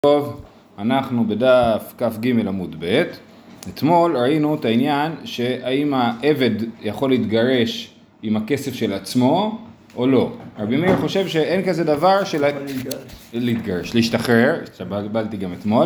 טוב, אנחנו בדף כ"ג עמוד ב'. אתמול ראינו את העניין שהאם העבד יכול להתגרש עם הכסף של עצמו או לא. רבי מאיר חושב שאין כזה דבר של להתגרש, להשתחרר, שבלתי גם אתמול,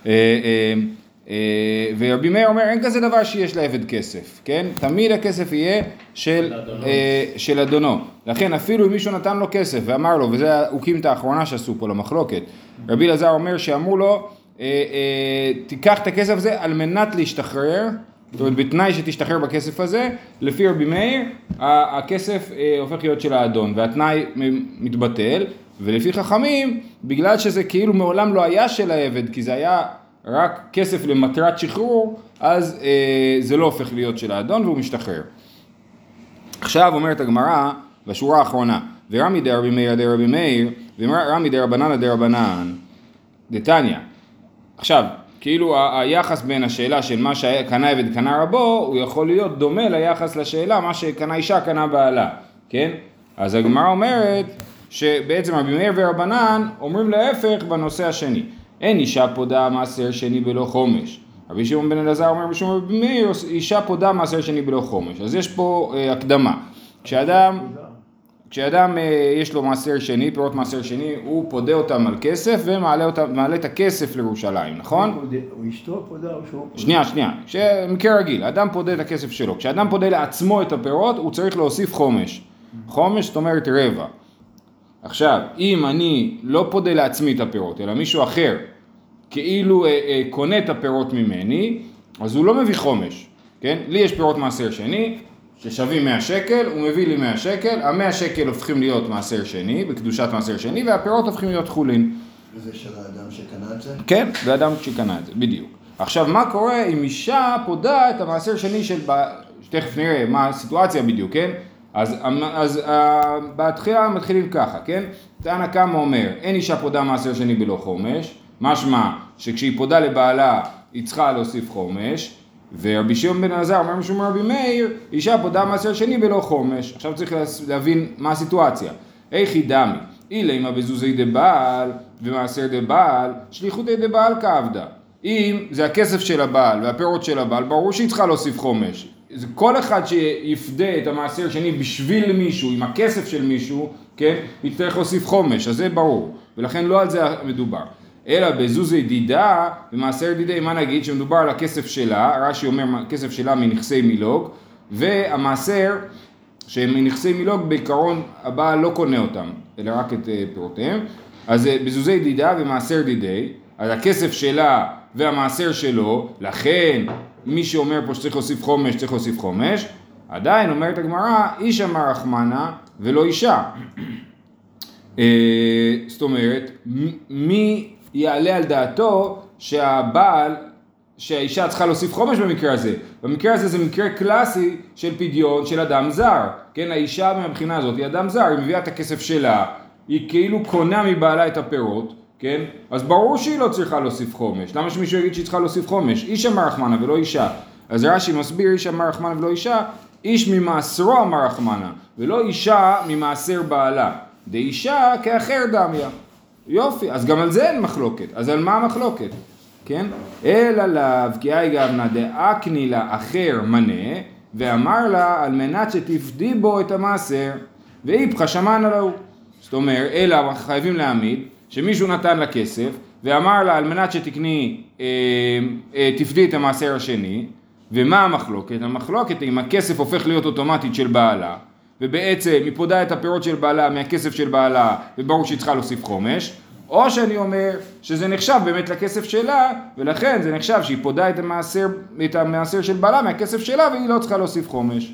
ורבי מאיר אומר אין כזה דבר שיש לעבד כסף, כן? תמיד הכסף יהיה של אדונו. לכן אפילו אם מישהו נתן לו כסף ואמר לו, וזה החוקים האחרונה שעשו פה למחלוקת, רבי אלעזר אומר שאמרו לו תיקח את הכסף הזה על מנת להשתחרר, זאת אומרת בתנאי שתשתחרר בכסף הזה, לפי רבי מאיר הכסף הופך להיות של האדון והתנאי מתבטל, ולפי חכמים בגלל שזה כאילו מעולם לא היה של העבד כי זה היה רק כסף למטרת שחרור, אז זה לא הופך להיות של האדון והוא משתחרר. עכשיו אומרת הגמרא בשורה האחרונה, ורמי דרבי מאיר דרבי מאיר ורמי דרבנן דרבנן דתניא. עכשיו, כאילו היחס בין השאלה של מה שקנה עבד קנה רבו, הוא יכול להיות דומה ליחס לשאלה מה שקנה אישה קנה בעלה, כן? אז הגמרא אומרת שבעצם רבי מאיר ורבנן אומרים להפך בנושא השני. אין אישה פודה מעשר שני בלא חומש. רבי שמעון בן אלעזר אומר בשם רבי מאיר, אישה פודה מעשר שני בלא חומש. אז יש פה הקדמה. כשאדם יש לו מעשר שני, פירות מעשר שני, הוא פודה אותם על כסף ומעלה את הכסף לירושלים, נכון? הוא אשתו פודה או שהוא פודה? שנייה. מקרה רגיל, אדם פודה את הכסף שלו. כשאדם פודה לעצמו את הפירות, הוא צריך להוסיף חומש. חומש זאת אומרת רבע. עכשיו, אם אני לא פודה לעצמי את הפירות, אלא מישהו אחר, כאילו קונה את הפירות ממני, אז הוא לא מביא חומש, כן? לי יש פירות מעשר שני, ששווים 100 שקל, הוא מביא לי 100 שקל, ה100 שקל הופכים להיות מעשר שני, בקדושת מעשר שני, והפירות הופכים להיות חולין. וזה של האדם שקנה את זה? כן, זה האדם שקנה את זה, בדיוק. עכשיו, מה קורה אם אישה פודה את המעשר שני של, תכף נראה מה הסיטואציה בדיוק, כן? אז בהתחילה מתחילים ככה, כן? תנא קמא אומר, אין אישה פודה מעשר שני בלא חומש, משמע שכשהיא פודה לבעלה היא צריכה להוסיף חומש, ורבי שמעון בן אלעזר אומר משום רבי מאיר, אישה פודה מעשר שני בלא חומש. עכשיו צריך להבין מה הסיטואציה. איכי דמי, אילימה בזוזי דבעל ומעשר דבעל, שליחותי דבעל כעבדה. אם זה הכסף של הבעל והפירות של הבעל, ברור שהיא צריכה להוסיף חומש. זה כל אחד שיפדה את המעשר שני בשביל מישהו, עם הכסף של מישהו, כן, יצטרך להוסיף חומש, אז זה ברור. ולכן לא על זה מדובר. אלא בזוזי דידה, במעשר דידה, מה נגיד? שמדובר על הכסף שלה, רש"י אומר כסף שלה מנכסי מילוג, והמעשר שמנכסי מילוג בעיקרון הבעל לא קונה אותם, אלא רק את פירותיהם. אז בזוזי דידה ומעשר דידי, אז הכסף שלה והמעשר שלו, לכן מי שאומר פה שצריך להוסיף חומש, צריך להוסיף חומש. עדיין אומרת הגמרא, איש אמר רחמנה ולא אישה. זאת אומרת, מי יעלה על דעתו שהאישה צריכה להוסיף חומש במקרה הזה? במקרה הזה זה מקרה קלאסי של פדיון של אדם זר. כן, האישה מהבחינה הזאת היא אדם זר, היא מביאה את הכסף שלה, היא כאילו קונה מבעלה את הפירות, כן? אז ברור שהיא לא צריכה להוסיף חומש. למה שמישהו יגיד שהיא צריכה להוסיף חומש? איש אמר רחמנה ולא אישה. אז רש"י מסביר, איש אמר רחמנה ולא אישה, איש ממעשרו אמר רחמנה, ולא אישה ממעשר בעלה. דאישה כאחר דמיה. יופי, אז גם על זה אין מחלוקת. אז על מה המחלוקת? כן? אלא לאו כי אי גבנה דאקני לה אחר מנה, ואמר לה על מנת שתפדי בו את המעשר, ואיפכה שמן עליו. זאת אומרת, אלא חייבים להעמיד שמישהו נתן לה כסף, ואמר לה על מנת שתקני, תפדי את המעשר השני, ומה המחלוקת? המחלוקת אם הכסף הופך להיות אוטומטית של בעלה, ובעצם היא פודה את הפירות של בעלה מהכסף של בעלה, וברור שהיא צריכה להוסיף חומש, או שאני אומר שזה נחשב באמת לכסף שלה, ולכן זה נחשב שהיא פודה את המעשר של בעלה מהכסף שלה, והיא לא צריכה להוסיף חומש.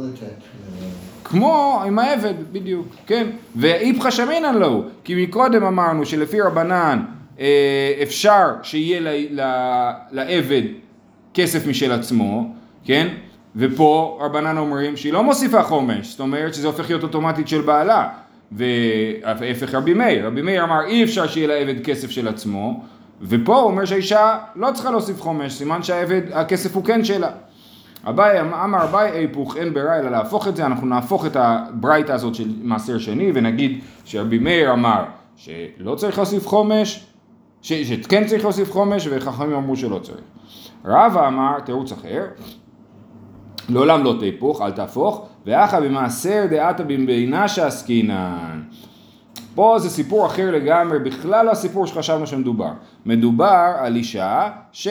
כמו עם העבד, בדיוק, כן? ואיפכה שמינן לו, כי מקודם אמרנו שלפי רבנן אפשר שיהיה לעבד כסף משל עצמו, כן? ופה רבנן אומרים שהיא לא מוסיפה חומש, זאת אומרת שזה הופך להיות אוטומטית של בעלה, והפך רבי מאיר אמר אי אפשר שיהיה לעבד כסף של עצמו, ופה הוא אומר שהאישה לא צריכה להוסיף חומש, סימן שהעבד, הכסף הוא כן שלה. אמר אביי היפוך, אין ברירה אלא להפוך את זה, אנחנו נהפוך את הברייתא הזאת של מעשר שני, ונגיד שרבי מאיר אמר שלא צריך להוסיף חומש, שכן צריך להוסיף חומש, וחכמים אמרו שלא צריך. רבא אמר, תירוץ אחר, לעולם לא תהפוך, אל תהפוך, ואחא במעשר דעתא במבינה שעסקינן. פה זה סיפור אחר לגמרי, בכלל הסיפור שחשבנו שמדובר. מדובר על אישה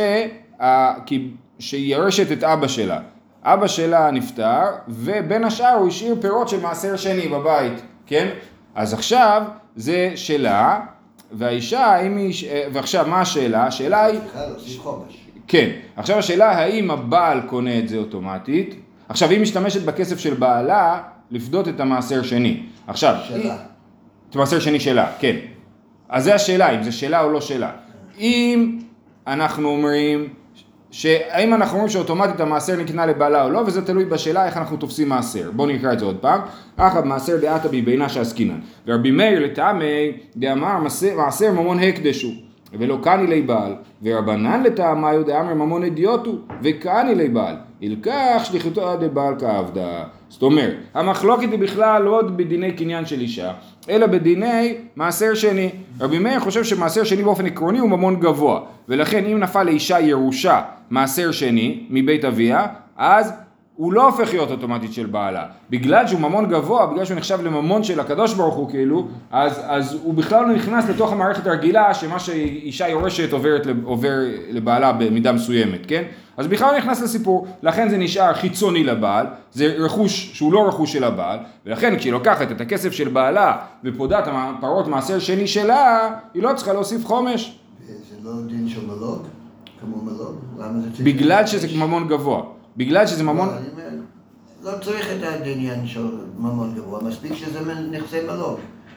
שירשת את אבא שלה. אבא שלה נפטר, ובין השאר הוא השאיר פירות של מעשר שני בבית, כן? אז עכשיו זה שלה, והאישה, ועכשיו מה השאלה? השאלה היא... כן, עכשיו השאלה האם הבעל קונה את זה אוטומטית, עכשיו היא משתמשת בכסף של בעלה לפדות את המעשר שני. עכשיו... שלה. את המעשר שני שלה, כן. אז זה השאלה, אם זה שלה או לא שלה. אם אנחנו אומרים שאוטומטית המעשר נקנה לבעלה או לא, וזה תלוי בשאלה איך אנחנו תופסים מעשר. בואו נקרא את זה עוד פעם. אחת מעשר דעתא במבינה שעסקינן. ורבי מאיר לטעמי דאמר מעשר ממון הקדשו, ולא קני לי בעל. ורבנן לטעמיו דאמר ממון אדיוטו, וקני לי בעל. ילקח שליחותו דבעל כעבדה. זאת אומרת, המחלוקת היא בכלל לא עוד בדיני קניין של אישה, אלא בדיני מעשר שני. רבי מאיר חושב שמעשר שני באופן עקרוני הוא ממון גבוה, ולכן אם נפל לאישה ירושה מעשר שני מבית אביה, אז הוא לא הופך להיות אוטומטית של בעלה. בגלל שהוא ממון גבוה, בגלל שהוא נחשב לממון של הקדוש ברוך הוא כאילו, אז הוא בכלל לא נכנס לתוך המערכת הרגילה שמה שאישה יורשת עובר לבעלה במידה מסוימת, כן? אז בכלל לא נכנס לסיפור, לכן זה נשאר חיצוני לבעל, זה רכוש שהוא לא רכוש של הבעל, ולכן כשהיא לוקחת את הכסף של בעלה ופודעת הפרות מעשר שני שלה, היא לא צריכה להוסיף חומש. זה לא דין של מלוג? כמו מלוג? למה זה צריך? בגלל שזה ממון גבוה. בגלל שזה ממון... לא צריך את העניין של ממון גבוה, מספיק שזה נכסי מלוג.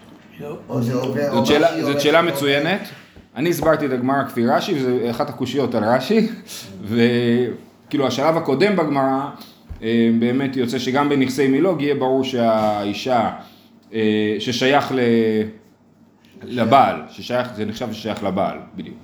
זאת שאלה מצוינת. אני הסברתי את הגמרא כפי רש"י, וזה אחת הקושיות על רש"י, וכאילו השלב הקודם בגמרא, באמת יוצא שגם בנכסי מילוג יהיה ברור שהאישה ששייך לבעל, זה נחשב ששייך לבעל, בדיוק.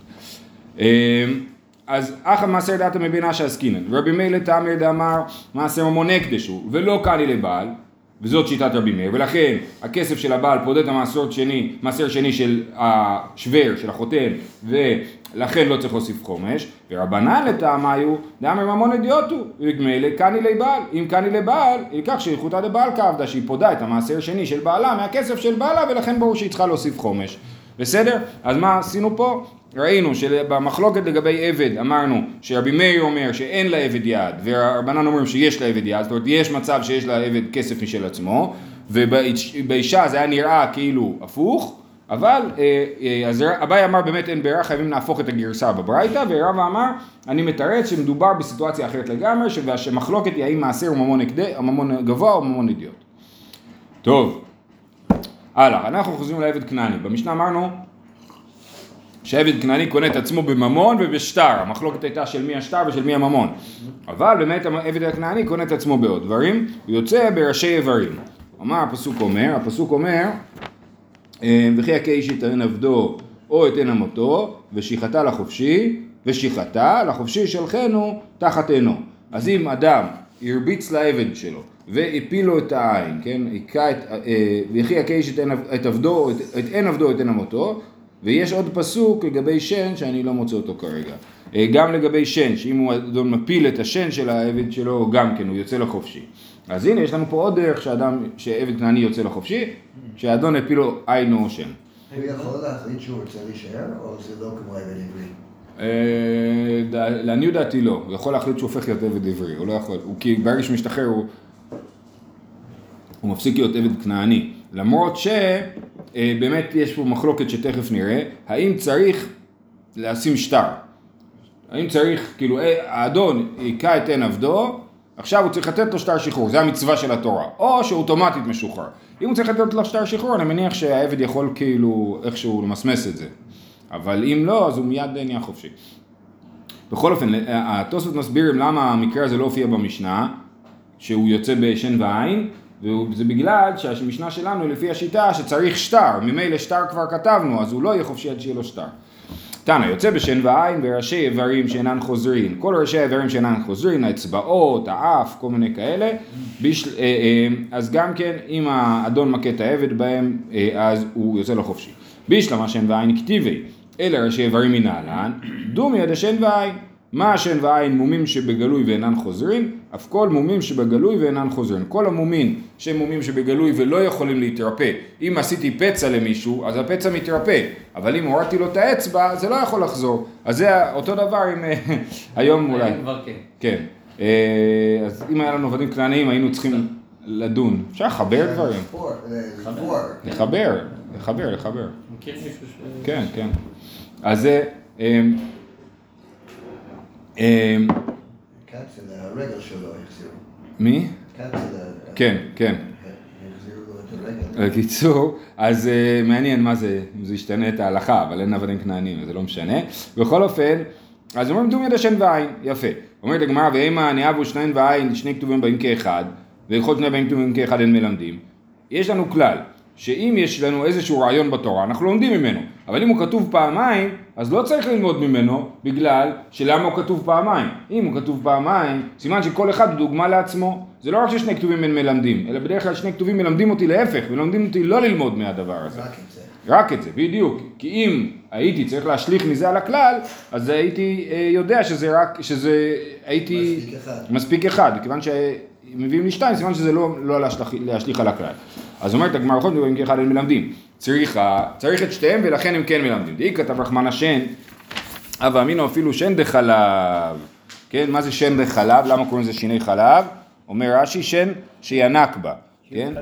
אז אחא מעשר דעתא במבינה שעסקינן, ורבי מאיר לטעמי דאמר מעשר ממון הקדשו, ולא קני לבעל, וזאת שיטת רבי מאיר, ולכן הכסף של הבעל פודה את המעשר שני של השוור, של החותן, ולכן לא צריך להוסיף חומש, ורבנן לטעמיו דאמר ממון אדיוטו, וגמילא קני לבעל, אם קני לבעל, ילקח שליחותא דבעל כעבדה, שהיא פודה את המעשר שני של בעלה מהכסף של בעלה, ולכן ברור שהיא צריכה להוסיף חומש. בסדר? אז מה עשינו פה? ראינו שבמחלוקת לגבי עבד אמרנו שרבי מאיר אומר שאין לעבד יד, והרבנן אומרים שיש לעבד יד, זאת אומרת יש מצב שיש לעבד כסף משל עצמו, ובאישה זה היה נראה כאילו הפוך, אבל אז אביי אמר באמת אין ברירה, חייבים להפוך את הגרסה בברייתא, ורבא אמר אני מתרץ שמדובר בסיטואציה אחרת לגמרי, שהמחלוקת היא האם מעשר הוא ממון גבוה או ממון אידיוט. טוב, הלאה, אנחנו חוזרים לעבד כנעני. במשנה אמרנו שעבד כנעני קונה את עצמו בממון ובשטר, המחלוקת הייתה של מי השטר ושל מי הממון, אבל באמת העבד הכנעני קונה את עצמו בעוד דברים, הוא יוצא בראשי איברים. הפסוק אומר וכי הקהי שיתן עבדו או יתן אמתו ושחטה לחופשי שלחנו תחת עינו. אז אם אדם הרביץ לעבד שלו והפיל לו את העין, כן, וכי הקהי שיתן את עבדו, את אין עבדו, את אין אמתו, ויש עוד פסוק לגבי שן שאני לא מוצא אותו כרגע. גם לגבי שן, שאם הוא אדון מפיל את השן של העבד שלו, גם כן הוא יוצא לחופשי. אז הנה יש לנו פה עוד דרך שעבד כנעני יוצא לחופשי, שהאדון הפיל לו עין או שן. הוא יכול להחליט שהוא רוצה להישאר, או זה לא כמו עבד עברי? לעניות דעתי לא, הוא יכול להחליט שהוא הופך להיות עבד עברי, הוא לא יכול, כי ברגע שהוא משתחרר הוא מפסיק להיות עבד כנעני. למרות שבאמת יש פה מחלוקת שתכף נראה, האם צריך לשים שטר? האם צריך, כאילו, האדון יקע את עין עבדו, עכשיו הוא צריך לתת לו שטר שחרור, זה המצווה של התורה, או שהוא אוטומטית משוחרר. אם הוא צריך לתת לו שטר שחרור, אני מניח שהעבד יכול כאילו איכשהו למסמס את זה. אבל אם לא, אז הוא מיד נהיה חופשי. בכל אופן, התוספות מסבירים למה המקרה הזה לא הופיע במשנה, שהוא יוצא בשן ועין, וזה בגלל שהמשנה שלנו לפי השיטה שצריך שטר, ממילא שטר כבר כתבנו, אז הוא לא יהיה חופשי עד שיהיה לו שטר. תנא, יוצא בשן ועין וראשי איברים שאינן חוזרים, כל ראשי האיברים שאינן חוזרים, האצבעות, האף, כל מיני כאלה, אז גם כן אם האדון מכה את העבד בהם, אז הוא יוצא לו חופשי. בישלמה שן ועין כתיבי, אלא ראשי איברים מנהלן, דומי עד השן ועין. מה השן ועין? מומים שבגלוי ואינן חוזרים, אף כל מומים שבגלוי ואינן חוזרים. כל המומים שהם מומים שבגלוי ולא יכולים להתרפא. אם עשיתי פצע למישהו, אז הפצע מתרפא, אבל אם הורדתי לו את האצבע, זה לא יכול לחזור. אז זה אותו דבר עם היום אולי. כן. אז אם היה לנו עבדים כנעניים, היינו צריכים לדון. אפשר לחבר דברים. לחבר. מכיר מישהו ש... כן, כן. אז זה... קצת הרגל שלו החזירו. מי? קצת כן. החזירו לו את הרגל. בקיצור, אז מעניין מה זה, אם זה ישתנה את ההלכה, אבל אין עבדים כנעניים, אז זה לא משנה. בכל אופן, אז אומרים דומי עד השן ועין, יפה. אומרת הגמרא, ואימה נאהבו שניים ועין, שני כתובים באים כאחד, ויכול שני באים כתובים כאחד אין מלמדים. יש לנו כלל, שאם יש לנו איזשהו רעיון בתורה, אנחנו לומדים ממנו. אבל אם הוא כתוב פעמיים, אז לא צריך ללמוד ממנו, בגלל שלמה הוא כתוב פעמיים. אם הוא כתוב פעמיים, סימן שכל אחד הוא דוגמה לעצמו. זה לא רק ששני כתובים אין מלמדים, אלא בדרך כלל שני כתובים מלמדים אותי להפך, ולומדים אותי לא ללמוד מהדבר הזה. רק את זה, בדיוק. כי אם הייתי צריך להשליך מזה על הכלל, אז הייתי יודע הייתי מספיק אחד, כיוון שמביאים לי שתיים, סימן שזה לא להשליך על הכלל. אז אומרת הגמרא, נכון, אם כאחד הם מלמדים. צריך את שתיהם ולכן הם כן מלמדים. די כתב רחמן השן, אבא אמינו אפילו שן דחלב. כן, מה זה שן דחלב? למה קוראים לזה שיני חלב? אומר רש"י שן שינק בה. כן?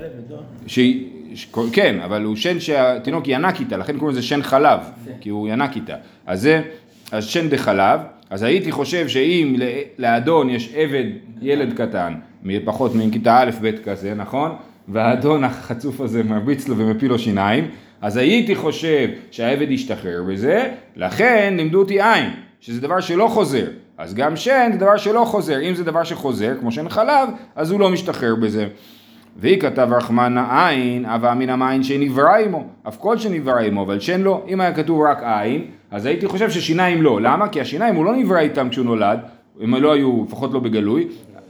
כן, אבל הוא שן שהתינוק ינק איתה, לכן קוראים לזה שן חלב, כי הוא ינק איתה. אז שן דחלב, אז הייתי חושב שאם לאדון יש עבד ילד קטן, פחות מכיתה א' ב' כזה, נכון? והאדון החצוף הזה מרביץ לו ומפיל לו שיניים, אז הייתי חושב שהעבד ישתחרר בזה, לכן לימדו אותי עין, שזה דבר שלא חוזר. אז גם שן זה דבר שלא חוזר, אם זה דבר שחוזר, כמו שן חלב, אז הוא לא משתחרר בזה. והיא כתב רחמן העין, אבא אמינא מעין שנברא עמו, אף כל שנברא עמו, אבל שן לא. אם היה כתוב רק עין, אז הייתי חושב ששיניים לא. למה? כי השיניים הוא לא נברא איתם כשהוא נולד, הם לא היו, לפחות לא בגלוי,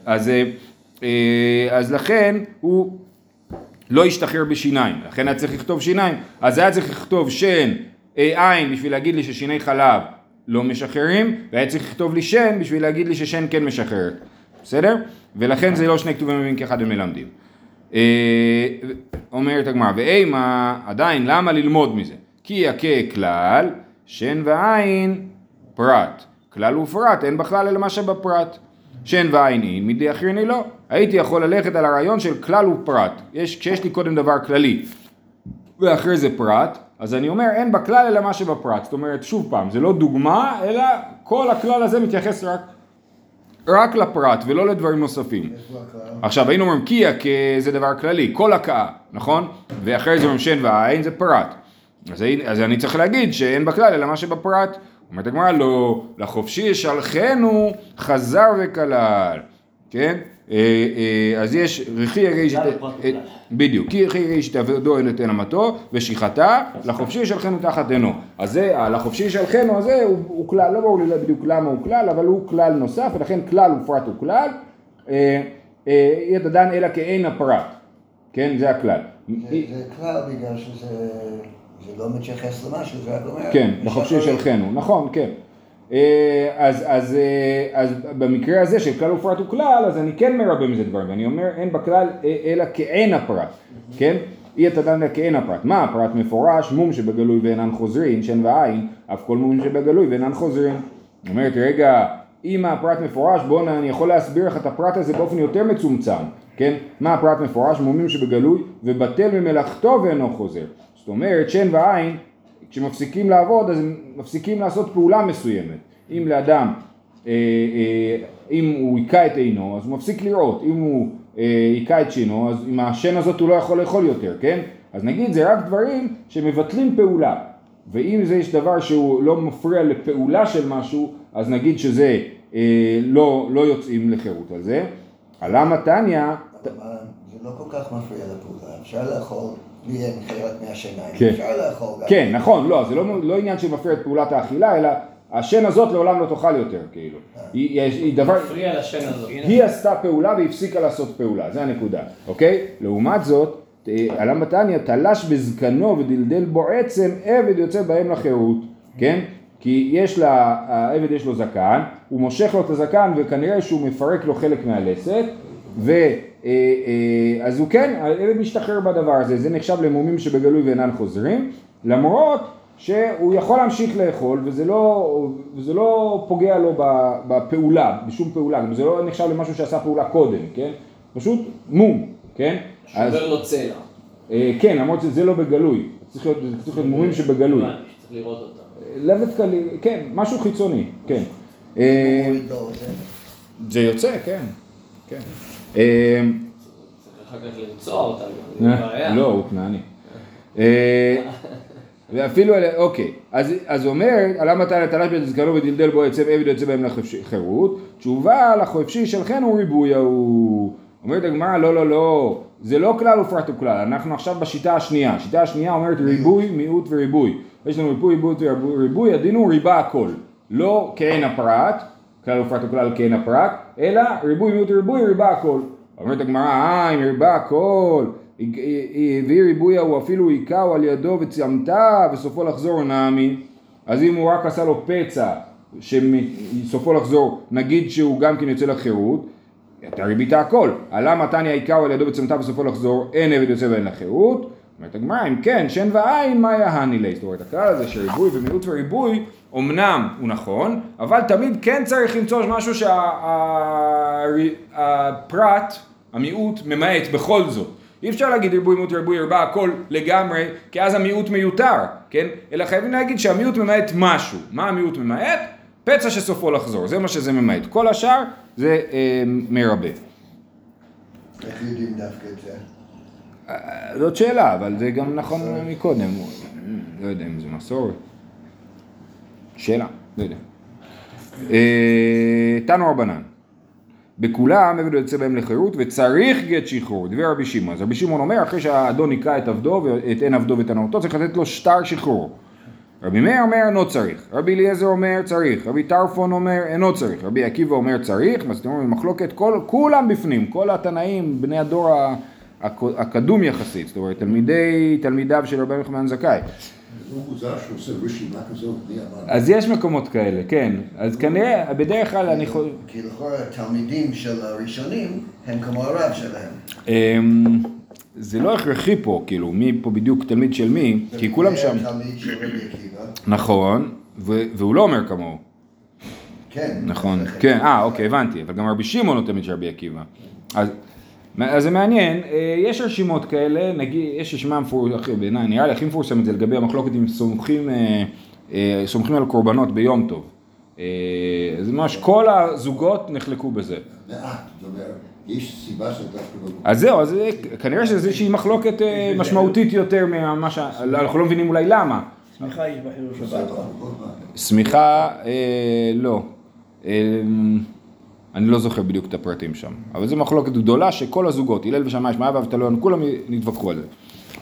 אז לכן הוא לא ישתחרר בשיניים, לכן היה צריך לכתוב שיניים. אז היה צריך לכתוב שן עין בשביל להגיד לי ששיני חלב לא משחררים, והיה צריך לכתוב לי שן בשביל להגיד לי ששן כן משחררת. בסדר? ולכן זה לא שני כתובים כאחד הם מלמדים. אומרת הגמרא, ואימה עדיין למה ללמוד מזה? כי יקה כלל, שן ועין פרט. כלל ופרט אין בכלל אלא מה שבפרט. שן ועין אין, מדי אחריני לא. הייתי יכול ללכת על הרעיון של כלל ופרט. כשיש לי קודם דבר כללי ואחרי זה פרט, אז אני אומר אין בכלל אלא מה שבפרט. זאת אומרת שוב פעם, זה לא דוגמה, אלא כל הכלל הזה מתייחס רק לפרט ולא לדברים נוספים. עכשיו היינו אומרים קיה זה דבר כללי, כל הקאה, נכון? ואחרי זה אומרים שן ועין זה פרט. אז אני צריך להגיד שאין בכלל אלא מה שבפרט. אומרת הגמרא לא, לחופשי ישלחנו חזר וכלל. כן? אז יש רכי הרי בדיוק, כי רכי הרי שתעבדו אין את אמתו ושיחתה, לחופשי ישלחנו תחת עינו. אז זה, לחופשי ישלחנו הזה הוא כלל, לא ברור לי בדיוק למה הוא כלל, אבל הוא כלל נוסף, ולכן כלל ופרט הוא כלל, יתדן אלא כאין הפרט, כן, זה הכלל. זה כלל בגלל שזה לא מתייחס למשהו, זה רק אומר. כן, לחופשי ישלחנו, נכון, כן. אז במקרה הזה של כלל ופרט הוא כלל, אז אני כן מרבה מזה דברים, ואני אומר אין בכלל אלא כאין הפרט, כן? אי התדן כאין הפרט. מה הפרט מפורש? מום שבגלוי ואינן חוזרים, שן ועין, אף כל מום שבגלוי ואינן חוזרים. זאת אומרת, רגע, אם הפרט מפורש, בואו אני יכול להסביר לך את הפרט הזה באופן יותר מצומצם, כן? מה הפרט מפורש? מומים שבגלוי ובטל ממלאכתו ואינו חוזר. זאת אומרת, שן ועין, כשמפסיקים לעבוד, אז הם מפסיקים לעשות פעולה מסוימת. אם לאדם, אם הוא היקע את עינו, אז הוא מפסיק לראות. אם הוא היקע את שינו, אז עם השן הזאת הוא לא יכול לאכול יותר, כן? אז נגיד, זה רק דברים שמבטלים פעולה. ואם זה יש דבר שהוא לא מפריע לפעולה של משהו, אז נגיד שזה לא יוצאים לחירות על זה. למה תניא? זה לא כל כך מפריע לפעולה, אפשר לאכול. יהיה מחירת מהשיניים, כן. אפשר לאכול גם. כן, נכון, לא, זה לא עניין שמפריע את פעולת האכילה, אלא השן הזאת לעולם לא תאכל יותר, כאילו. היא דבר... מפריע לשן הזאת. היא עשתה פעולה והפסיקה לעשות פעולה, זה הנקודה, אוקיי? לעומת זאת, הלם בתניא תלש בזקנו ודלדל בו עצם, עבד יוצא בהם לחירות. כן? כי העבד יש לו זקן, הוא מושך לו את הזקן וכנראה שהוא מפרק לו חלק מהלסת, אז הוא כן, העבד משתחרר בדבר הזה, זה נחשב למומים שבגלוי ואינן חוזרים, למרות שהוא יכול להמשיך לאכול וזה לא פוגע לו בפעולה, בשום פעולה, זה לא נחשב למשהו שעשה פעולה קודם, כן? פשוט מום, כן? שובר לו צלע. כן, למרות שזה לא בגלוי, צריך להיות מומים שבגלוי. צריך לראות אותם. לאו דווקא, כן, משהו חיצוני, כן. זה יוצא, כן, כן. צריך אחר כך למצוא אותה, זה בעיה. לא, הוא תנעני. ואפילו, אוקיי, אז אומר, למה אתה תלש בזקנו ודלדל בו יצא עבד יוצא בהם לחירות, תשובה לחופשי שלכן הוא ריבוי ההוא. אומרת הגמרא, לא, זה לא כלל ופרט וכלל, אנחנו עכשיו בשיטה השנייה, השיטה השנייה אומרת ריבוי, מיעוט וריבוי, יש לנו ריבוי, מיעוט וריבוי, הדין הוא ריבה הכל, לא כעין הפרט, כלל ופרט וכלל כעין הפרט, אלא ריבוי, מיעוט וריבוי, ריבה הכל. אומרת הגמרא, אם ריבה הכל, והיא ריבוי הוא אפילו היקאו על ידו וציימתה וסופו לחזור נעמי, אז אם הוא רק עשה לו פצע שסופו לחזור, נגיד שהוא גם כן יוצא לחירות, אתה ריבית הכל, עלה מתניה היקאו על ידו וציימתה וסופו לחזור, אין עבד יוצא ואין לחירות. אומרת הגמרא, אם כן, שן ועין, מה יהני לי? זאת אומרת, הכלל הזה שריבוי ומיעוט וריבוי, אמנם הוא נכון, אבל תמיד כן צריך למצוא משהו שהפרט, המיעוט, ממעט בכל זאת. אי אפשר להגיד ריבוי, מיעוט, ריבוי, ריבה, הכל לגמרי, כי אז המיעוט מיותר, כן? אלא חייבים להגיד שהמיעוט ממעט משהו. מה המיעוט ממעט? פצע שסופו לחזור, זה מה שזה ממעט. כל השאר זה מרבה. איך יודעים דווקא את זה? זאת שאלה, אבל זה גם נכון מקודם. לא יודע אם זה מסורת. שאלה, לא יודע. תנו רבנן. בכולם עבד יוצא בהם לחירות וצריך גט שחרור, דבר רבי שמעון. אז רבי שמעון אומר, אחרי שהאדון ניקה את עבדו ואת אין עבדו ואת ענותו, צריך לתת לו שטר שחרור. רבי מאיר אומר, אינו צריך. רבי אליעזר אומר, צריך. רבי טרפון אומר, אינו צריך. רבי עקיבא אומר, צריך. אז אתם אומרים, במחלוקת, כולם בפנים, כל התנאים, בני הדור הקדום יחסית, זאת אומרת, תלמידיו של רבי יוחנן זכאי. הוא מוזר שהוא עושה רשימה כזאת, אז יש מקומות כאלה, כן. אז כנראה, בדרך כלל אני יכול... כי לכל התלמידים של הראשונים הם כמו הרב שלהם. זה לא הכרחי פה, כאילו, מי פה בדיוק תלמיד של מי, כי כולם שם... זה תלמיד של רבי עקיבא. נכון, והוא לא אומר כמוהו. כן. נכון, כן, אוקיי, הבנתי, אבל גם רבי שמעון הוא תלמיד של רבי עקיבא. אז זה מעניין, יש רשימות כאלה, נגיד, יש רשימה בעיניי, נראה לי הכי מפורסמת זה לגבי המחלוקת אם סומכים על קורבנות ביום טוב. זה ממש, כל הזוגות נחלקו בזה. זאת אומרת, יש סיבה שאתה... אז זהו, אז כנראה שזה איזושהי מחלוקת משמעותית יותר ממה אנחנו לא מבינים אולי למה. סמיכה יש בחילול שבת. סמיכה, לא. אני לא זוכר בדיוק את הפרטים שם, אבל זו מחלוקת גדולה שכל הזוגות, הלל ושמאי, שמאי ואבטליון, כולם נתווכחו על זה.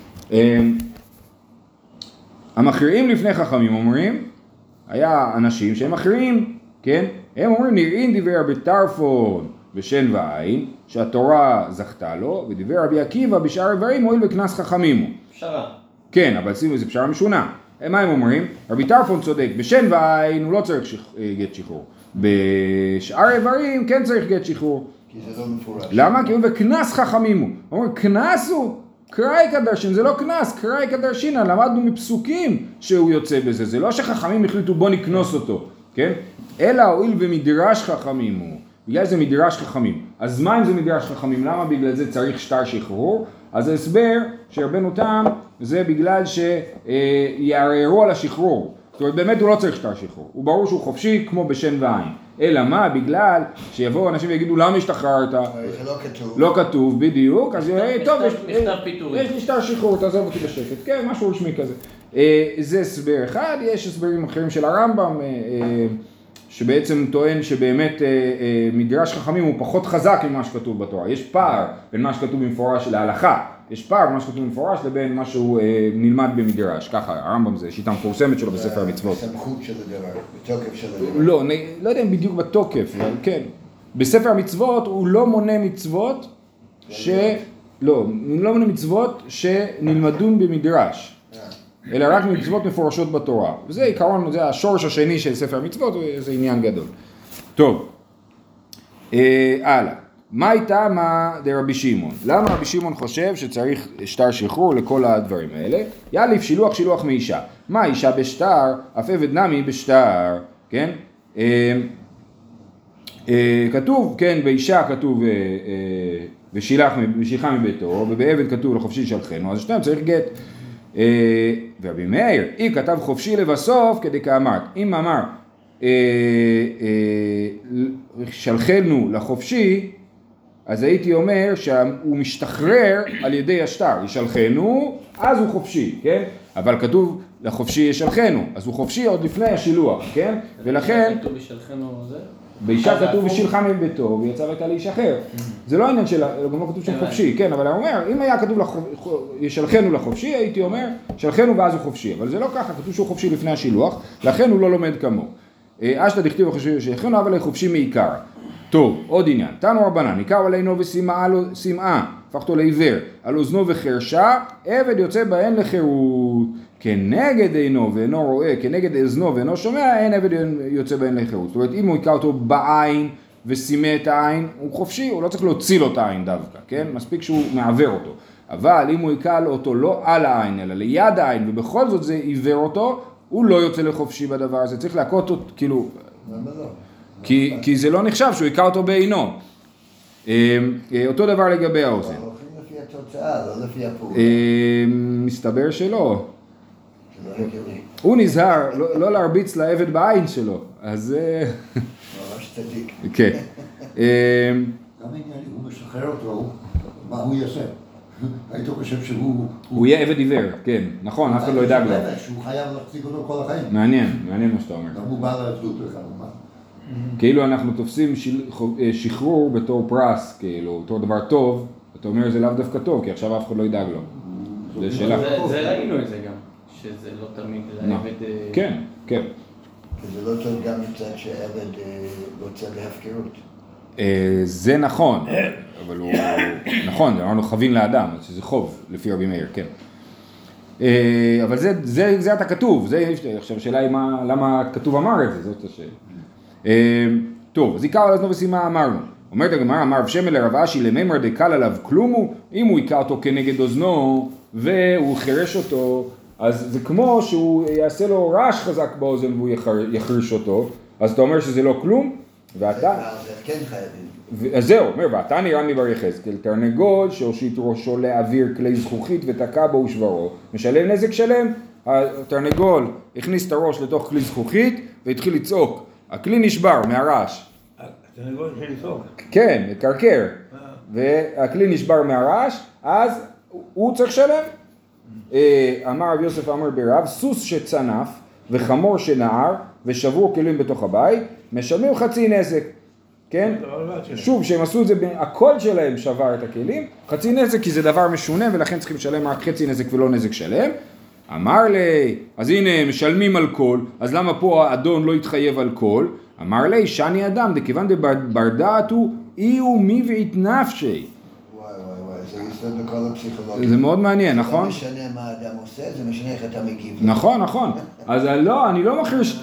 המכריעים לפני חכמים אומרים, היה אנשים שהם מכריעים, כן? הם אומרים, נראים דברי רבי טרפון ושן ועין, שהתורה זכתה לו, ודברי רבי עקיבא בשאר איברים הועיל בקנס חכמים הוא. פשרה. כן, אבל שימו, זו פשרה משונה. מה הם אומרים? רבי טרפון צודק, בשן ועין הוא לא צריך גט שחרור. בשאר איברים כן צריך גט שחרור. כי זה לא מפורש. למה? כי הוא בקנס חכמים הוא. הוא אומר, קנס הוא? קראי כדרשין, זה לא קנס, קראי כדרשין, למדנו מפסוקים שהוא יוצא בזה. זה לא שחכמים החליטו בוא נקנוס אותו, כן? אלא הועיל במדרש חכמים הוא. בגלל זה מדרש חכמים. אז מה אם זה מדרש חכמים? למה בגלל זה צריך שטר שחרור? אז ההסבר שרבנו תם זה בגלל שיערערו על השחרור. זאת אומרת, באמת הוא לא צריך שטר שחרור. הוא ברור שהוא חופשי כמו בשן ועין. אלא מה? בגלל שיבואו אנשים ויגידו למה השתחררת? זה לא כתוב. לא כתוב, בדיוק. אז טוב, יש לי שטר שחרור, תעזוב אותי בשקט. כן, משהו רשמי כזה. זה הסבר אחד. יש הסברים אחרים של הרמב"ם, שבעצם טוען שבאמת מדרש חכמים הוא פחות חזק ממה שכתוב בתורה. יש פער בין מה שכתוב במפורש להלכה. יש פער בין מה שכתוב במפורש לבין מה שהוא נלמד במדרש. ככה, הרמב"ם זה שיטה מפורסמת שלו בספר המצוות. בסמכות של הדבר, בתוקף של הדבר. לא יודע אם בדיוק בתוקף, אבל כן. בספר המצוות הוא לא מונה מצוות לא מונה מצוות שנלמדון במדרש. אלא רק מצוות מפורשות בתורה. וזה עיקרון, זה השורש השני של ספר המצוות, וזה עניין גדול. טוב, הלאה. מה הייתה מה דרבי שמעון? למה רבי שמעון חושב שצריך שטר שחרור לכל הדברים האלה? יאליף שילוח מאישה. מה אישה בשטר? אף עבד נמי בשטר, כן? כתוב, כן, באישה כתוב ושילחה מביתו, ובעבד כתוב לחופשי שלחנו, אז שתיים צריך גט. ורבי מאיר, אם כתב חופשי לבסוף כדי כאמרת, אם אמר שלחנו לחופשי, אז הייתי אומר שהוא משתחרר על ידי השטר, ישלחנו, אז הוא חופשי, כן? אבל כתוב לחופשי ישלחנו, אז הוא חופשי עוד לפני השילוח, כן? ולכן... כתוב ישלחנו זה? באישה כתוב ושילחה מביתו ויצא והייתה לאיש אחר. זה לא עניין שלה, גם לא כתוב שם חופשי, כן? אבל אני אומר, אם היה כתוב ישלחנו לחופשי, הייתי אומר, שלחנו ואז הוא חופשי. אבל זה לא ככה, כתוב שהוא חופשי לפני השילוח, לכן הוא לא לומד כמוהו. אשתא דכתיב וחופשי שישלחנו, אבל חופשי מעיקר. טוב, עוד עניין. תנו רבנן, עיקר עלינו ושמעה, הפכתו לעיוור, על אוזנו וחרשה, עבד יוצא בהן לחירות. כנגד עינו ואינו רואה, כנגד אזנו ואינו שומע, אין עבד יוצא בהן לחירות. זאת אומרת, אם הוא יקרא אותו בעין ושימה את העין, הוא חופשי, הוא לא צריך להוציא לו את העין דווקא, כן? מספיק שהוא מעוור אותו. אבל אם הוא יקרא אותו לא על העין, אלא ליד העין, ובכל זאת זה עיוור אותו, הוא לא יוצא לחופשי בדבר הזה. צריך להכות אותו, כאילו... למה לא? כי זה לא נחשב שהוא יקרא אותו בעינו. אותו דבר לגבי האוזן. הולכים לפי התוצאה, לא לפי הפעולה. מסתבר שלא. זה לא הגיוני. הוא נזהר לא להרביץ לעבד בעין שלו, אז... ממש צדיק. כן. גם עניין, הוא משחרר אותו, מה הוא יעשה? היית חושב שהוא... הוא יהיה עבד עיוור, כן, נכון, אף אחד לא ידאג לו. שהוא חייב להחזיק אותו כל החיים. מעניין מה שאתה אומר. גם הוא בא לעבדות לך, מה? כאילו אנחנו תופסים שחרור בתור פרס, כאילו, בתור דבר טוב, אתה אומר זה לאו דווקא טוב, כי עכשיו אף אחד לא ידאג לו. זה שאלה. זה ראינו את זה גם, שזה לא תמיד לעבד... כן, כן. וזה לא טוב גם מצד שעבד רוצה להפקרות. זה נכון, אבל הוא... נכון, אמרנו חבין לאדם, שזה חוב, לפי רבי מאיר, כן. אבל זה אתה כתוב, עכשיו השאלה היא למה כתוב אמר את זה, זאת השאלה. טוב, אז עיקר על אזנו ושימה אמרנו. אומרת הגמרא, אמר רב שמן לרב אשי למימר דקל עליו כלומו, אם הוא עיקר אותו כנגד אוזנו והוא חירש אותו, אז זה כמו שהוא יעשה לו רעש חזק באוזן והוא יחריש אותו, אז אתה אומר שזה לא כלום, ואתה... זה כן חייבים. אז זהו, אומר, ואתה נראה מבר יחזקאל, תרנגול שהושיט ראשו לאוויר כלי זכוכית ותקע בו ושברו, משלם נזק שלם, התרנגול הכניס את הראש לתוך כלי זכוכית והתחיל לצעוק, הכלי נשבר מהרעש. התרנגול התחיל לצעוק. כן, מקרקר, והכלי נשבר מהרעש, אז הוא צריך לשלם. אמר רב יוסף אמר ברב, סוס שצנף וחמור שנער ושברו כלים בתוך הבית, משלמים חצי נזק, כן? שוב, שהם עשו את זה, הקול שלהם שבר את הכלים, חצי נזק כי זה דבר משונה ולכן צריכים לשלם רק חצי נזק ולא נזק שלם. אמר לי, אז הנה משלמים על קול, אז למה פה האדון לא יתחייב על קול? אמר לי, שני אדם, דכיוון דבר דעת הוא, אי הוא מי ועית נפשי. וואי, זה יסוד בכל הפסיכולוגיה. זה מאוד מעניין, נכון? זה לא משנה מה האדם עושה, זה משנה איך אתה מגיב. נכון. אז לא, אני לא מחריש,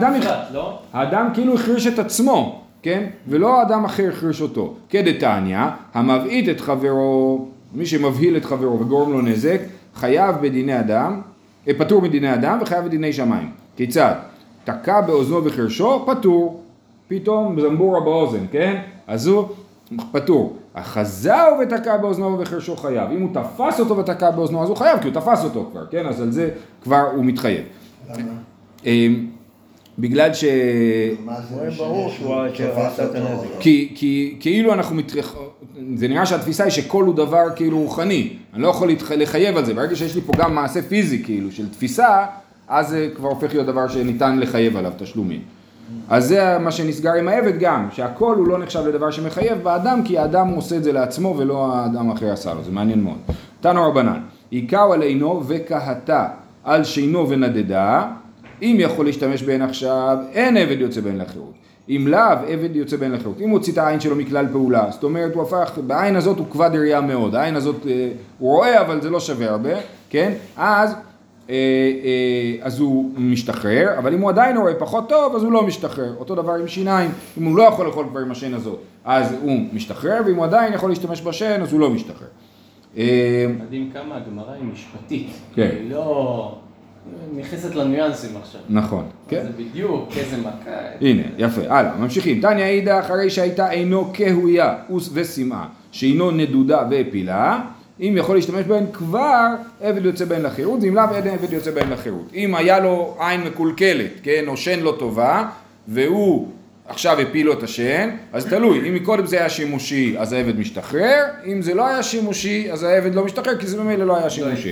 האדם כאילו החריש את עצמו, כן? ולא האדם אחר החריש אותו. כדתניא, המבעית את חברו, מי שמבהיל את חברו וגורם לו נזק, חייב בדיני אדם, פטור מדיני אדם וחייב בדיני שמיים. כיצד? תקע באוזנו וחרשו, פטור. פתאום זמבורה באוזן, כן? אז הוא פטור. החזהו ותקע באוזנו וחרשו חייב. אם הוא תפס אותו ותקע באוזנו, אז הוא חייב, כי הוא תפס אותו כבר, כן? אז על זה כבר הוא מתחייב. למה? בגלל ש... מה זה ברור שהוא תפס את הנזק. כי כאילו אנחנו זה נראה שהתפיסה היא שכל הוא דבר כאילו רוחני. אני לא יכול לחייב על זה. ברגע שיש לי פה גם מעשה פיזי כאילו של תפיסה, אז זה כבר הופך להיות דבר שניתן לחייב עליו תשלומים. אז זה מה שנסגר עם העבד גם, שהכל הוא לא נחשב לדבר שמחייב באדם, כי האדם עושה את זה לעצמו ולא האדם אחר עשה לו, זה מעניין מאוד. תנו רבנן, עיקר עלינו וקהתה על שינו ונדדה, אם יכול להשתמש בהן עכשיו, אין עבד יוצא בהן לחירות. אם לאו, עבד יוצא בהן לחירות. אם הוא הוציא את העין שלו מכלל פעולה, זאת אומרת, הוא הפך, בעין הזאת הוא כבד ראייה מאוד, העין הזאת הוא רואה אבל זה לא שווה הרבה, כן? אז אז הוא משתחרר, אבל אם הוא עדיין רואה פחות טוב, אז הוא לא משתחרר. אותו דבר עם שיניים, אם הוא לא יכול לאכול כבר עם השן הזאת, אז הוא משתחרר, ואם הוא עדיין יכול להשתמש בשן, אז הוא לא משתחרר. מדהים כמה הגמרא היא משפטית. כן. היא לא נכנסת לניואנסים עכשיו. נכון. כן. זה בדיוק, איזה מכה. הנה, יפה, הלאה, ממשיכים. תניא אידך, אחרי שהייתה אינו כהויה, אוס ושמאה, שאינו נדודה ואפילה, אם יכול להשתמש בהן כבר, עבד יוצא בהן לחירות, ואם לאו עבד יוצא בהן לחירות. אם היה לו עין מקולקלת, כן, או שן לא טובה, והוא עכשיו הפיל לו את השן, אז תלוי, אם מקודם זה היה שימושי, אז העבד משתחרר, אם זה לא היה שימושי, אז העבד לא משתחרר, כי זה ממילא לא היה שימושי.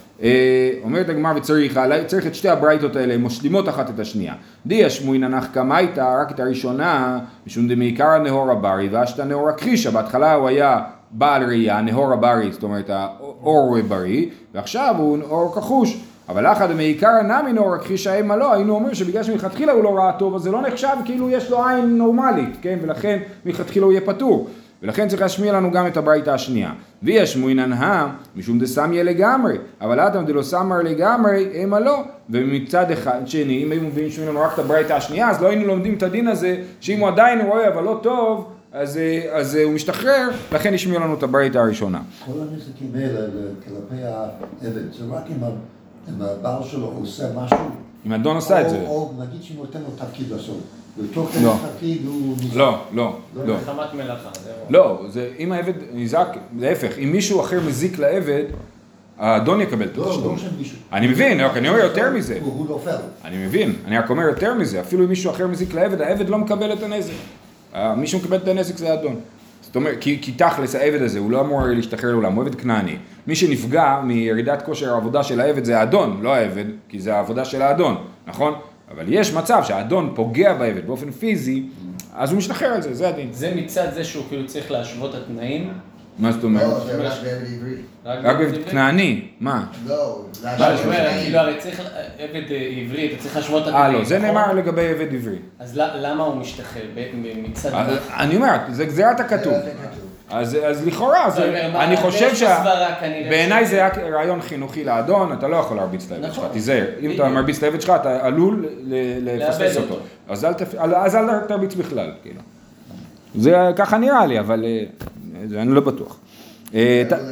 אומרת הגמרא צריך את שתי הברייתות האלה, הן משלימות אחת את השנייה. דיה שמואין הנח קמייתא, רק את הראשונה, משום דמעיקר הנהור הברי, והשתה נהור הכחישה, בהתחלה הוא היה בעל ראייה, נהור הברי, זאת אומרת האור בריא, ועכשיו הוא אור כחוש. אבל אחד מעיקר נמי נהור הכחישה אימה לא, היינו אומרים שבגלל שמלכתחילה הוא לא ראה טוב, אז זה לא נחשב כאילו יש לו עין נורמלית, כן? ולכן מלכתחילה הוא יהיה פטור. ולכן צריך להשמיע לנו גם את הברייתא השנייה. ויש מוינן משום דסמיה לגמרי, אבל אתם דלא סמר לגמרי, אימה לא. ומצד אחד שני, אם היינו מבינים שמיע לנו רק את הברייתא השנייה, אז לא היינו לומדים את הדין הזה, שאם הוא עדיין רואה אבל לא טוב, אז הוא משתחרר, לכן השמיע לנו את הברייתא הראשונה. כל הנזקים האלה כלפי העבד, זה רק אם הבעל שלו עושה משהו, אם אדון עושה את זה. או נגיד שהוא נותן לו תפקיד לעשות. בתוך התפקיד הוא נזק. לא. חמת מלאכה. לא, אם העבד נזק, להפך, אם מישהו אחר מזיק לעבד, האדון יקבל את התשלום. אני מבין, אני אומר יותר מזה. הוא נופל. אני מבין, אני רק אומר יותר מזה, אפילו אם מישהו אחר מזיק לעבד, העבד לא מקבל את הנזק. מישהו מקבל את הנזק זה האדון. זאת אומרת, כי תכלס העבד הזה, הוא לא אמור להשתחרר לעולם, הוא עבד כנעני. מי שנפגע מירידת כושר העבודה של העבד זה האדון, לא העבד, כי זה העבודה של האדון, נכון? אבל יש מצב שהאדון פוגע בעבד באופן פיזי, אז הוא משתחרר על זה, זה הדין. זה מצד זה שהוא כאילו צריך להשוות את התנאים? מה זאת אומרת? לא, זה רק בעבד עברי. רק בעבד כנעני, מה? לא, כאילו הרי צריך עבד עברי, אתה צריך להשוות את התנאים. לא, זה נאמר לגבי עבד עברי. אז למה הוא משתחרר מצד... אני אומר, זה גזירת הכתוב. אז לכאורה, אני חושב שבעיניי זה היה רעיון חינוכי לאדון, אתה לא יכול להרביץ את העבד שלך, תיזהר. אם אתה מרביץ את העבד שלך, אתה עלול לפספס אותו. אז אל תרביץ בכלל. זה ככה נראה לי, אבל אני לא בטוח. תארו לעצמך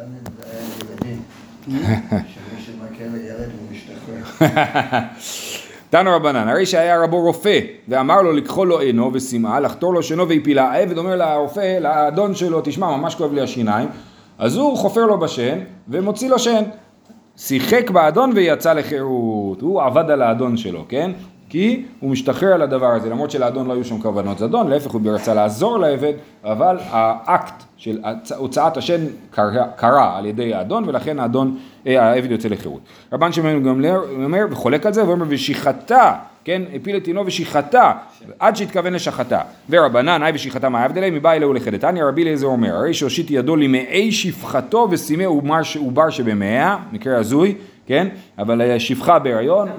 ילדים, שמי שמכה לילד הוא משתחרר. תנו רבנן, הרי שהיה רבו רופא, ואמר לו לקחו לו עינו ושמאה, לחתור לו שנו והפילה, העבד אומר לרופא, לאדון שלו, תשמע, ממש כואב לי השיניים, אז הוא חופר לו בשן, ומוציא לו שן. שיחק באדון ויצא לחירות, הוא עבד על האדון שלו, כן? כי הוא משתחרר על הדבר הזה, למרות שלאדון לא היו שם כוונות זדון, להפך הוא רצה לעזור לעבד, אבל האקט של הוצאת השן קרה על ידי האדון, ולכן העבד יוצא לחירות. רבן שמעון גמליאל אומר, וחולק על זה, ואומר, ושיחתה, כן, הפיל את עינו ושיחתה, עד שהתכוון לשחתה. ורבנן, היי ושיחתה מה עבד אליהם, מבא אליה ולחדתניה, רבי אליעזר אומר, הרי שהושיט ידו למאי שפחתו ושימי עובר שבמאה, מקרה הזוי, כן, אבל שפחה בהיריון,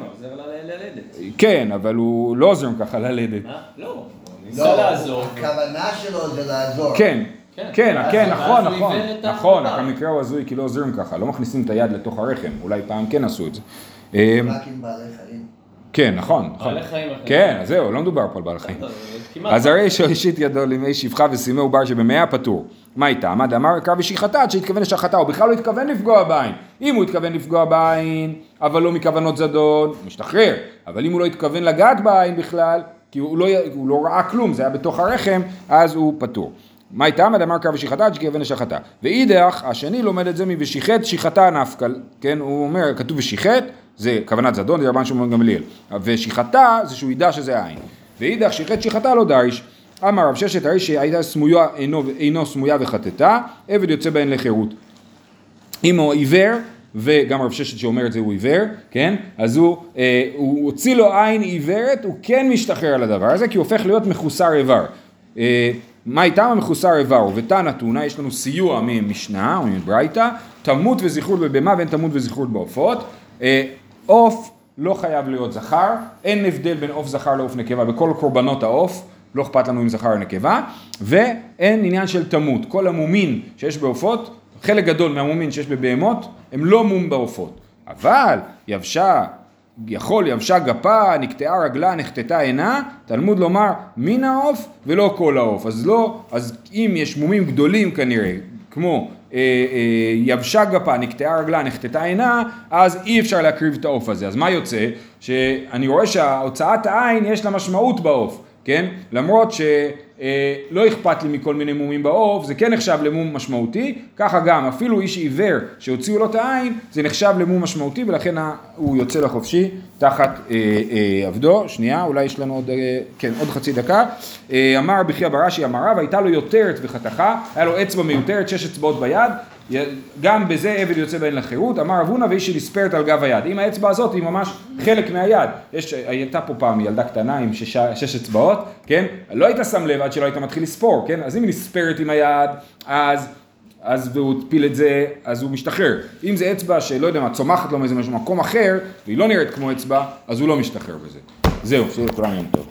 כן, אבל הוא לא עוזר ככה ללדת. לא, ניסה לעזור. הכוונה שלו זה לעזור. כן, נכון, המקרה הוא הזוי כי לא עוזרים ככה, לא מכניסים את היד לתוך הרחם, אולי פעם כן עשו את זה. רק עם בעלי חיים. כן, נכון. בעלי חיים. כן, אז זהו, לא מדובר פה על בעלי חיים. אז הרי שהושיט ידו למאי שפחה ושימי עובר שבמאה פטור. מה איתה? מה דאמר קרא ושיחתה עד שהתכוון לשחתה, הוא בכלל לא התכוון לפגוע בעין. אם הוא התכוון לפגוע בעין, אבל לא מכוונות זדון, הוא משתחרר. אבל אם הוא לא התכוון לגעת בעין בכלל, כי הוא לא ראה כלום, זה היה בתוך הרחם, אז הוא פטור. מה איתה? מה דאמר קרא ושיחתה עד שהתכוון לשחתה. ואידך, השני לומד את זה מ"ושיחת שיחתה נפקא", כן? הוא אומר, כתוב ושיחת, זה כוונת זדון, זה רבן שמעון גמליאל. ושיחתה זה שהוא ידע שזה העין. ואידך שיחת שיחתה לא דריש. אמר רב ששת, הרי שהייתה סמויה אינו סמויה וחטטה, עבד יוצא בהן לחירות. אם הוא עיוור, וגם רב ששת שאומר את זה הוא עיוור, כן? אז הוא הוציא לו עין עיוורת, הוא כן משתחרר על הדבר הזה, כי הוא הופך להיות מחוסר איבר. מה איתם המחוסר איבר? ובתנא תונא יש לנו סיוע ממשנה, או מברייתא, תמות וזכרות בבהמה ואין תמות וזכרות בעופות. עוף לא חייב להיות זכר, אין הבדל בין עוף זכר לעוף נקבה, בכל קורבנות העוף, לא אכפת לנו אם זכר או נקבה, ואין עניין של תמות. כל המומין שיש בעופות, חלק גדול מהמומין שיש בבהמות, הם לא מום בעופות. אבל יבשה גפה, נקטעה רגלה, נחתתה עינה, תלמוד לומר מן העוף ולא כל העוף. אז אם יש מומים גדולים כנראה, כמו יבשה גפה, נקטעה רגלה, נחתתה עינה, אז אי אפשר להקריב את העוף הזה. אז מה יוצא? שאני רואה שההוצאת העין יש לה משמעות בעוף, כן? למרות שלא אכפת לי מכל מיני מומים בעוף, זה כן נחשב למום משמעותי, ככה גם אפילו איש עיוור שהוציאו לו את העין, זה נחשב למום משמעותי, ולכן הוא יוצא לחופשי תחת עבדו. שנייה, אולי יש לנו עוד חצי דקה. אמר רבי חייא בר אשי אמר רב, הייתה לו יותרת וחתכה, היה לו אצבע מיותרת, 6 אצבעות ביד, גם בזה עבד יוצא בהן לחירות. אמר רב הונא ואיש נספרת על גב היד. אם האצבע הזאת היא ממש חלק מהיד, הייתה פה פעם ילדה קטנה עם 6 אצבעות, כן? לא היית שם לב עד שלא היית מתחיל לספור, כן? אז אם היא נספרת עם היד, אז והוא תפיל את זה, אז הוא משתחרר. אם זה אצבע שלא יודע מה, צומחת לו מאיזה מקום אחר, והיא לא נראית כמו אצבע, אז הוא לא משתחרר בזה. זהו, שיהיה לכולם יום טוב.